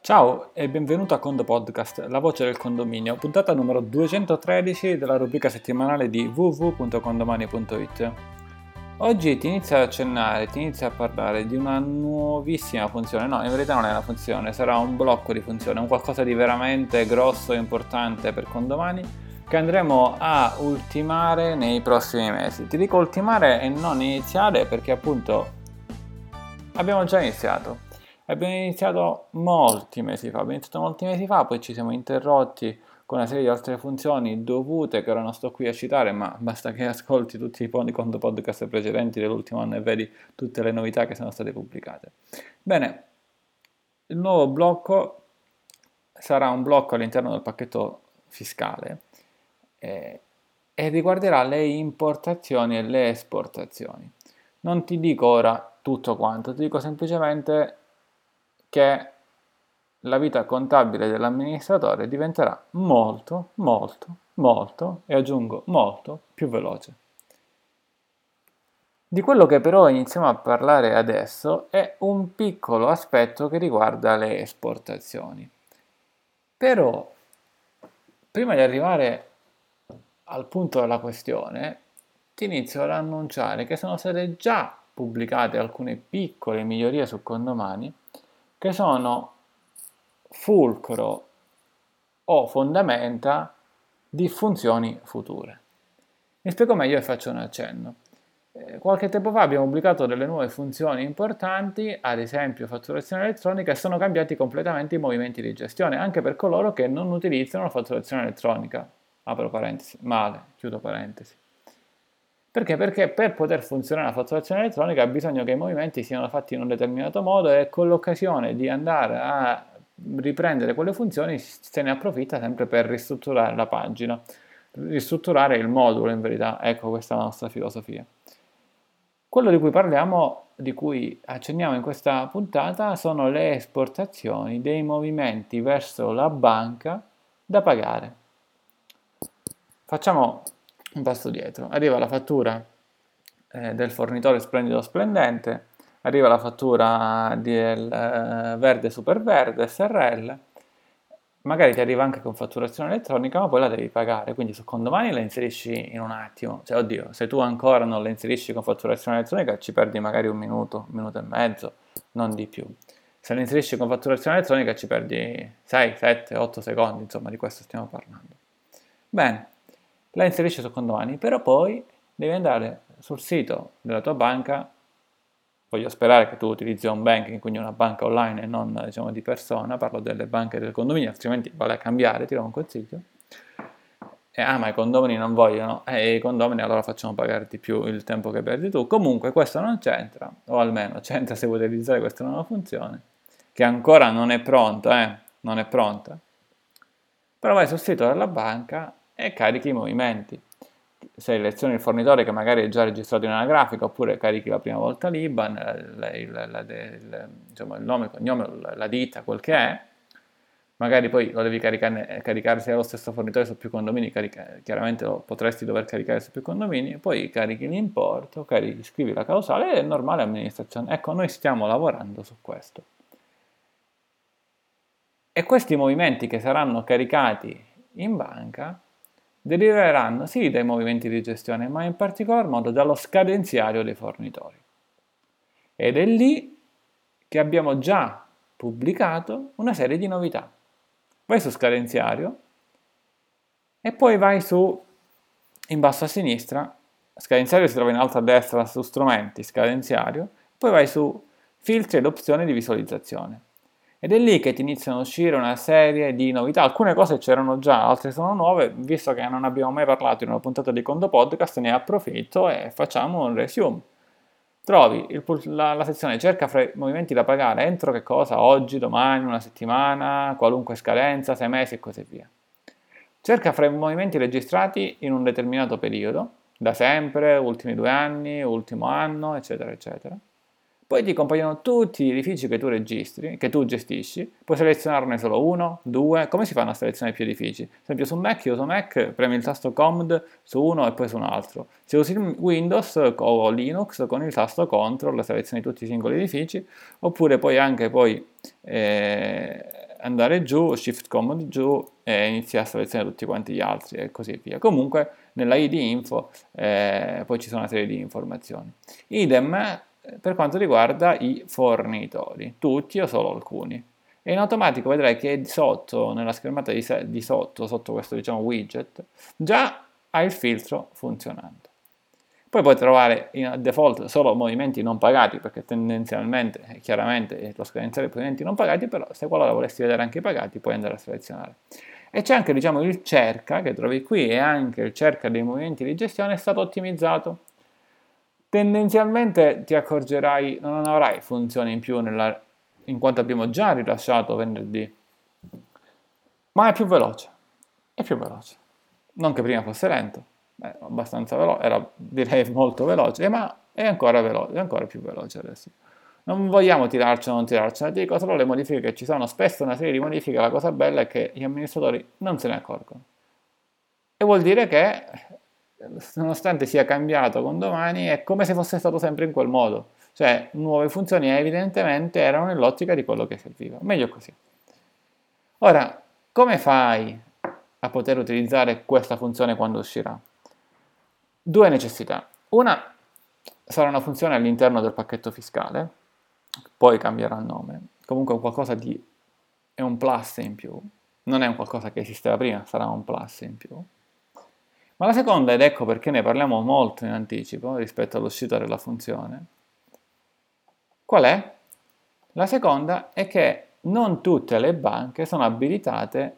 Ciao e benvenuto a Condo Podcast, la voce del condominio, puntata numero 213 della rubrica settimanale di www.condomani.it. Oggi ti inizio a accennare, ti inizio a parlare di una nuovissima funzione, no, in verità non è una funzione, sarà un blocco di funzione, un qualcosa di veramente grosso e importante per Condomani che andremo a ultimare nei prossimi mesi. Ti dico ultimare e non iniziare perché appunto abbiamo già iniziato. Abbiamo iniziato molti mesi fa, poi ci siamo interrotti con una serie di altre funzioni dovute che ora non sto qui a citare, ma basta che ascolti tutti i podcast precedenti dell'ultimo anno e vedi tutte le novità che sono state pubblicate. Bene, il nuovo blocco sarà un blocco all'interno del pacchetto fiscale eh, e riguarderà le importazioni e le esportazioni. Non ti dico ora tutto quanto, ti dico semplicemente che la vita contabile dell'amministratore diventerà molto, molto, molto, e aggiungo molto, più veloce. Di quello che però iniziamo a parlare adesso è un piccolo aspetto che riguarda le esportazioni. Però, prima di arrivare al punto della questione, ti inizio ad annunciare che sono state già pubblicate alcune piccole migliorie su Condomani che sono fulcro o fondamenta di funzioni future. Mi spiego meglio e faccio un accenno. Qualche tempo fa abbiamo pubblicato delle nuove funzioni importanti, ad esempio fatturazione elettronica, e sono cambiati completamente i movimenti di gestione, anche per coloro che non utilizzano la fatturazione elettronica. Apro parentesi, male, chiudo parentesi. Perché? Perché per poter funzionare la fatturazione elettronica ha bisogno che i movimenti siano fatti in un determinato modo e con l'occasione di andare a riprendere quelle funzioni se ne approfitta sempre per ristrutturare la pagina, ristrutturare il modulo in verità. Ecco, questa è la nostra filosofia. Quello di cui parliamo, di cui accenniamo in questa puntata, sono le esportazioni dei movimenti verso la banca da pagare. Facciamo un passo dietro. Arriva la fattura del fornitore splendido splendente, arriva la fattura del verde super verde SRL, magari ti arriva anche con fatturazione elettronica, ma poi la devi pagare, quindi su Condomani la inserisci in un attimo, cioè oddio, se tu ancora non la inserisci con fatturazione elettronica ci perdi magari un minuto e mezzo, non di più. Se la inserisci con fatturazione elettronica ci perdi 6, 7, 8 secondi, insomma di questo stiamo parlando. Bene, la inserisci su Condomani, però poi devi andare sul sito della tua banca. Voglio sperare che tu utilizzi un banking, quindi una banca online e non diciamo di persona, parlo delle banche del condominio, altrimenti vale a cambiare, ti do un consiglio. Ma i condomini non vogliono, i condomini allora facciamo pagare di più il tempo che perdi tu. Comunque questo non c'entra, o almeno c'entra se vuoi utilizzare questa nuova funzione, che ancora non è pronta, non è pronta. Però vai sul sito della banca e carichi i movimenti. Selezioni il fornitore che magari è già registrato in anagrafica, oppure carichi la prima volta l'IBAN, diciamo, il nome, il cognome, la ditta, quel che è. Magari poi lo devi caricare sia lo stesso fornitore su più condomini, chiaramente lo potresti dover caricare su più condomini, poi carichi l'importo, scrivi la causale e è normale amministrazione. Ecco, noi stiamo lavorando su questo. E questi movimenti che saranno caricati in banca deriveranno sì dai movimenti di gestione, ma in particolar modo dallo scadenziario dei fornitori. Ed è lì che abbiamo già pubblicato una serie di novità. Vai su scadenziario e poi vai in basso a sinistra, scadenziario si trova in alto a destra su strumenti, scadenziario, poi vai su filtri ed opzioni di visualizzazione. Ed è lì che ti iniziano a uscire una serie di novità. Alcune cose c'erano già, altre sono nuove. Visto che non abbiamo mai parlato in una puntata di Condo Podcast, ne approfitto e facciamo un resume. Trovi la sezione cerca fra i movimenti da pagare entro che cosa? Oggi, domani, una settimana, qualunque scadenza, 6 mesi e così via. Cerca fra i movimenti registrati in un determinato periodo, da sempre, ultimi 2 anni, ultimo anno, eccetera, eccetera. Poi ti compaiono tutti gli edifici che tu registri, che tu gestisci, puoi selezionarne solo uno, due, come si fa a selezionare più edifici? Per esempio su Mac, io uso Mac, premi il tasto Command su uno e poi su un altro. Se usi Windows o Linux con il tasto Control selezioni tutti i singoli edifici, oppure puoi anche andare giù, shift command giù e inizi a selezionare tutti quanti gli altri e così via. Comunque nella id info poi ci sono una serie di informazioni. Idem per quanto riguarda i fornitori, tutti o solo alcuni. E in automatico vedrai che sotto, nella schermata di sotto questo diciamo widget, già ha il filtro funzionando. Poi puoi trovare in default solo movimenti non pagati, perché tendenzialmente, chiaramente, lo scadenziale per movimenti non pagati, però se qualora volessi vedere anche i pagati puoi andare a selezionare. E c'è anche diciamo, il cerca che trovi qui e anche il cerca dei movimenti di gestione è stato ottimizzato. Tendenzialmente ti accorgerai, non avrai funzioni in più in quanto abbiamo già rilasciato venerdì, ma è più veloce, è più veloce. Non che prima fosse lento, abbastanza veloce, era direi molto veloce, ma è ancora veloce, è ancora più veloce adesso. Non vogliamo tirarcela o non tirarcela, ti dico solo le modifiche che ci sono, spesso una serie di modifiche, la cosa bella è che gli amministratori non se ne accorgono. E vuol dire che, nonostante sia cambiato con domani, è come se fosse stato sempre in quel modo. Cioè, nuove funzioni evidentemente erano nell'ottica di quello che serviva. Meglio così. Ora, come fai a poter utilizzare questa funzione quando uscirà? Due necessità. Una sarà una funzione all'interno del pacchetto fiscale, poi cambierà il nome, comunque qualcosa di... è un plus in più, non è un qualcosa che esisteva prima, sarà un plus in più. Ma la seconda, ed ecco perché ne parliamo molto in anticipo rispetto all'uscita della funzione, qual è? La seconda è che non tutte le banche sono abilitate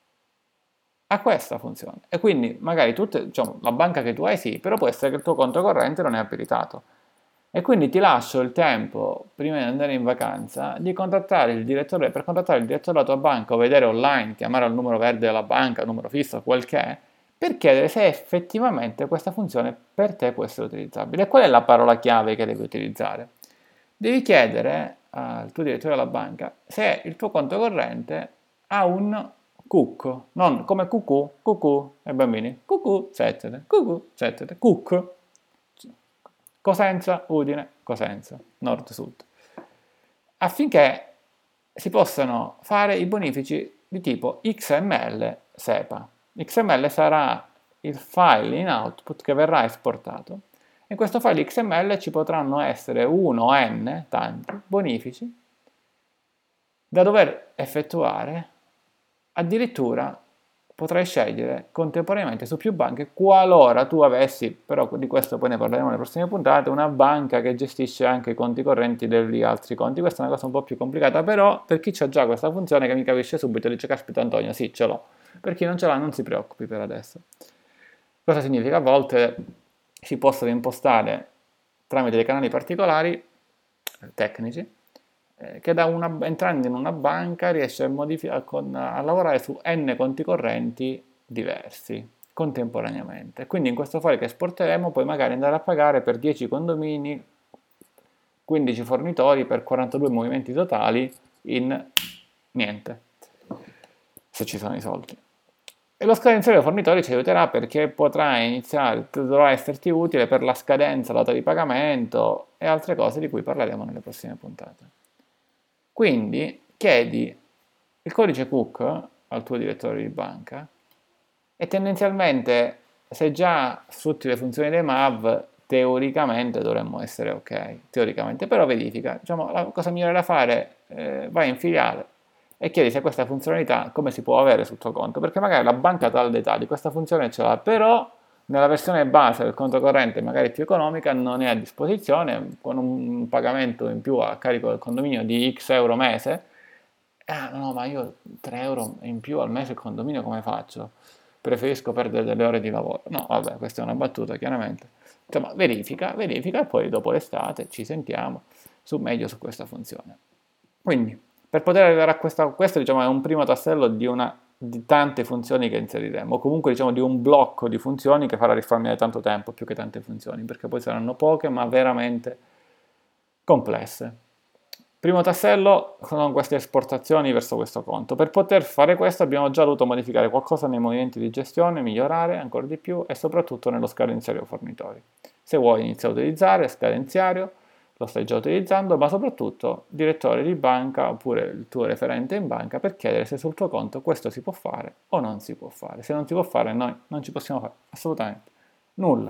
a questa funzione e quindi magari diciamo, la banca che tu hai sì, però può essere che il tuo conto corrente non è abilitato e quindi ti lascio il tempo prima di andare in vacanza di contattare il direttore, per contattare il direttore della tua banca o vedere online, chiamare al numero verde della banca, numero fisso, quel che è, per chiedere se effettivamente questa funzione per te può essere utilizzabile. E qual è la parola chiave che devi utilizzare? Devi chiedere al tuo direttore della banca se il tuo conto corrente ha un cucco, non come cucù, cucù ai bambini, cucù, settete, cuc, Cosenza, Udine, Cosenza, nord-sud, affinché si possano fare i bonifici di tipo XML SEPA. XML sarà il file in output che verrà esportato. In questo file XML ci potranno essere uno o n, tanti, bonifici da dover effettuare. Addirittura potrai scegliere contemporaneamente su più banche qualora tu avessi, però di questo poi ne parleremo nelle prossime puntate, una banca che gestisce anche i conti correnti degli altri conti. Questa è una cosa un po' più complicata, però per chi c'ha già questa funzione che mi capisce subito dice caspita Antonio, sì ce l'ho. Per chi non ce l'ha non si preoccupi per adesso. Cosa significa? A volte si possono impostare tramite dei canali particolari tecnici che entrando in una banca riesce a lavorare su n conti correnti diversi contemporaneamente. Quindi in questo file che esporteremo puoi magari andare a pagare per 10 condomini, 15 fornitori per 42 movimenti totali in niente, se ci sono i soldi. E lo scadenziale dei fornitori ci aiuterà perché potrai iniziare, dovrà esserti utile per la scadenza, la data di pagamento e altre cose di cui parleremo nelle prossime puntate. Quindi chiedi il codice cook al tuo direttore di banca e tendenzialmente se già sfrutti le funzioni dei MAV teoricamente dovremmo essere ok, teoricamente, però verifica, diciamo, la cosa migliore da fare, vai in filiale e chiedi se questa funzionalità come si può avere sul tuo conto, perché magari la banca tal dei tali questa funzione ce l'ha, però nella versione base del conto corrente magari più economica non è a disposizione, con un pagamento in più a carico del condominio di X euro mese. Ah no, ma io 3 euro in più al mese il condominio come faccio? Preferisco perdere delle ore di lavoro. No, vabbè, questa è una battuta chiaramente. Insomma, verifica e poi dopo l'estate ci sentiamo meglio su questa funzione. Quindi, per poter arrivare a questo diciamo è un primo tassello di tante funzioni che inseriremo, o comunque diciamo di un blocco di funzioni che farà risparmiare tanto tempo più che tante funzioni, perché poi saranno poche ma veramente complesse. Primo tassello sono queste esportazioni verso questo conto. Per poter fare questo abbiamo già dovuto modificare qualcosa nei movimenti di gestione, migliorare ancora di più e soprattutto nello scadenziario fornitori. Se vuoi inizia a utilizzare scadenziario, lo stai già utilizzando, ma soprattutto direttore di banca oppure il tuo referente in banca per chiedere se sul tuo conto questo si può fare o non si può fare. Se non si può fare, noi non ci possiamo fare assolutamente nulla.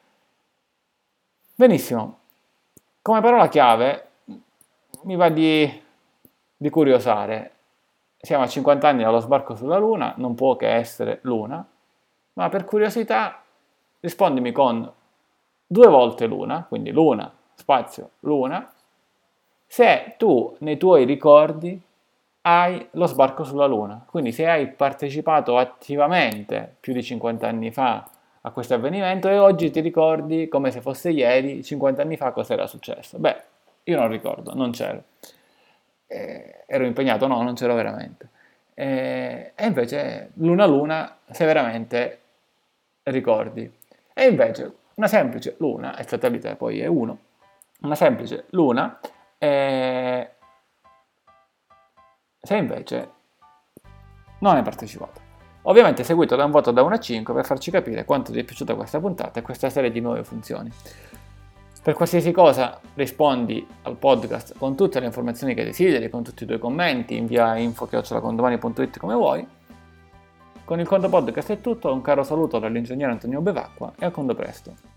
Benissimo. Come parola chiave mi va di curiosare. Siamo a 50 anni dallo sbarco sulla Luna, non può che essere Luna, ma per curiosità rispondimi con 2 volte Luna, quindi Luna, spazio, Luna, se tu nei tuoi ricordi hai lo sbarco sulla Luna, quindi se hai partecipato attivamente più di 50 anni fa a questo avvenimento e oggi ti ricordi come se fosse ieri, 50 anni fa, cosa era successo. Beh, io non ricordo, non c'ero. Ero impegnato, no, non c'ero veramente. E invece Luna Luna, se veramente ricordi. E invece una semplice Luna, il satellite poi è uno, una semplice Luna, se invece non hai partecipato. Ovviamente seguito da un voto da 1 a 5 per farci capire quanto ti è piaciuta questa puntata e questa serie di nuove funzioni. Per qualsiasi cosa rispondi al podcast con tutte le informazioni che desideri, con tutti i tuoi commenti, invia info@condomani.it come vuoi. Con il Condo Podcast è tutto, un caro saluto dall'ingegnere Antonio Bevacqua e a Condo presto.